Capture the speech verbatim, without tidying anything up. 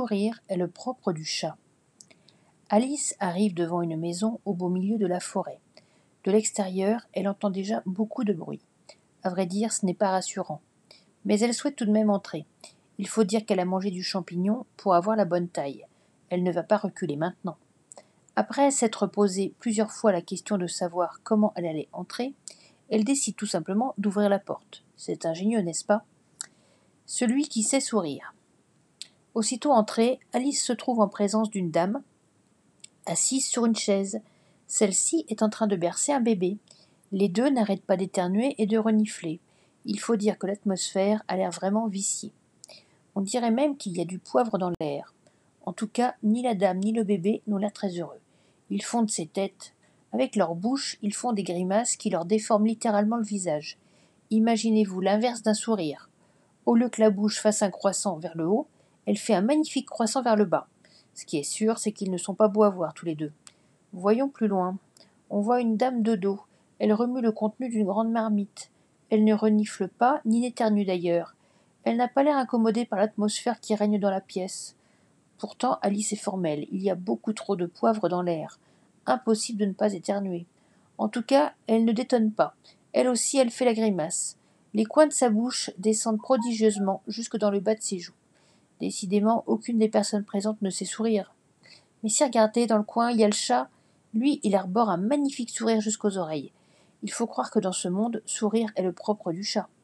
Sourire est le propre du chat. Alice arrive devant une maison au beau milieu de la forêt. De l'extérieur, elle entend déjà beaucoup de bruit. À vrai dire, ce n'est pas rassurant. Mais elle souhaite tout de même entrer. Il faut dire qu'elle a mangé du champignon pour avoir la bonne taille. Elle ne va pas reculer maintenant. Après s'être posé plusieurs fois la question de savoir comment elle allait entrer, elle décide tout simplement d'ouvrir la porte. C'est ingénieux, n'est-ce pas? Celui qui sait sourire. Aussitôt entrée, Alice se trouve en présence d'une dame, assise sur une chaise. Celle-ci est en train de bercer un bébé. Les deux n'arrêtent pas d'éternuer et de renifler. Il faut dire que l'atmosphère a l'air vraiment viciée. On dirait même qu'il y a du poivre dans l'air. En tout cas, ni la dame ni le bébé n'ont l'air très heureux. Ils font de ces têtes. Avec leur bouche, ils font des grimaces qui leur déforment littéralement le visage. Imaginez-vous l'inverse d'un sourire. Au lieu que la bouche fasse un croissant vers le haut, elle fait un magnifique croissant vers le bas. Ce qui est sûr, c'est qu'ils ne sont pas beaux à voir tous les deux. Voyons plus loin. On voit une dame de dos. Elle remue le contenu d'une grande marmite. Elle ne renifle pas, ni n'éternue d'ailleurs. Elle n'a pas l'air incommodée par l'atmosphère qui règne dans la pièce. Pourtant, Alice est formelle. Il y a beaucoup trop de poivre dans l'air. Impossible de ne pas éternuer. En tout cas, elle ne détonne pas. Elle aussi, elle fait la grimace. Les coins de sa bouche descendent prodigieusement jusque dans le bas de ses joues. Décidément, aucune des personnes présentes ne sait sourire. Mais si regardez, dans le coin, il y a le chat. Lui, il arbore un magnifique sourire jusqu'aux oreilles. Il faut croire que dans ce monde, sourire est le propre du chat.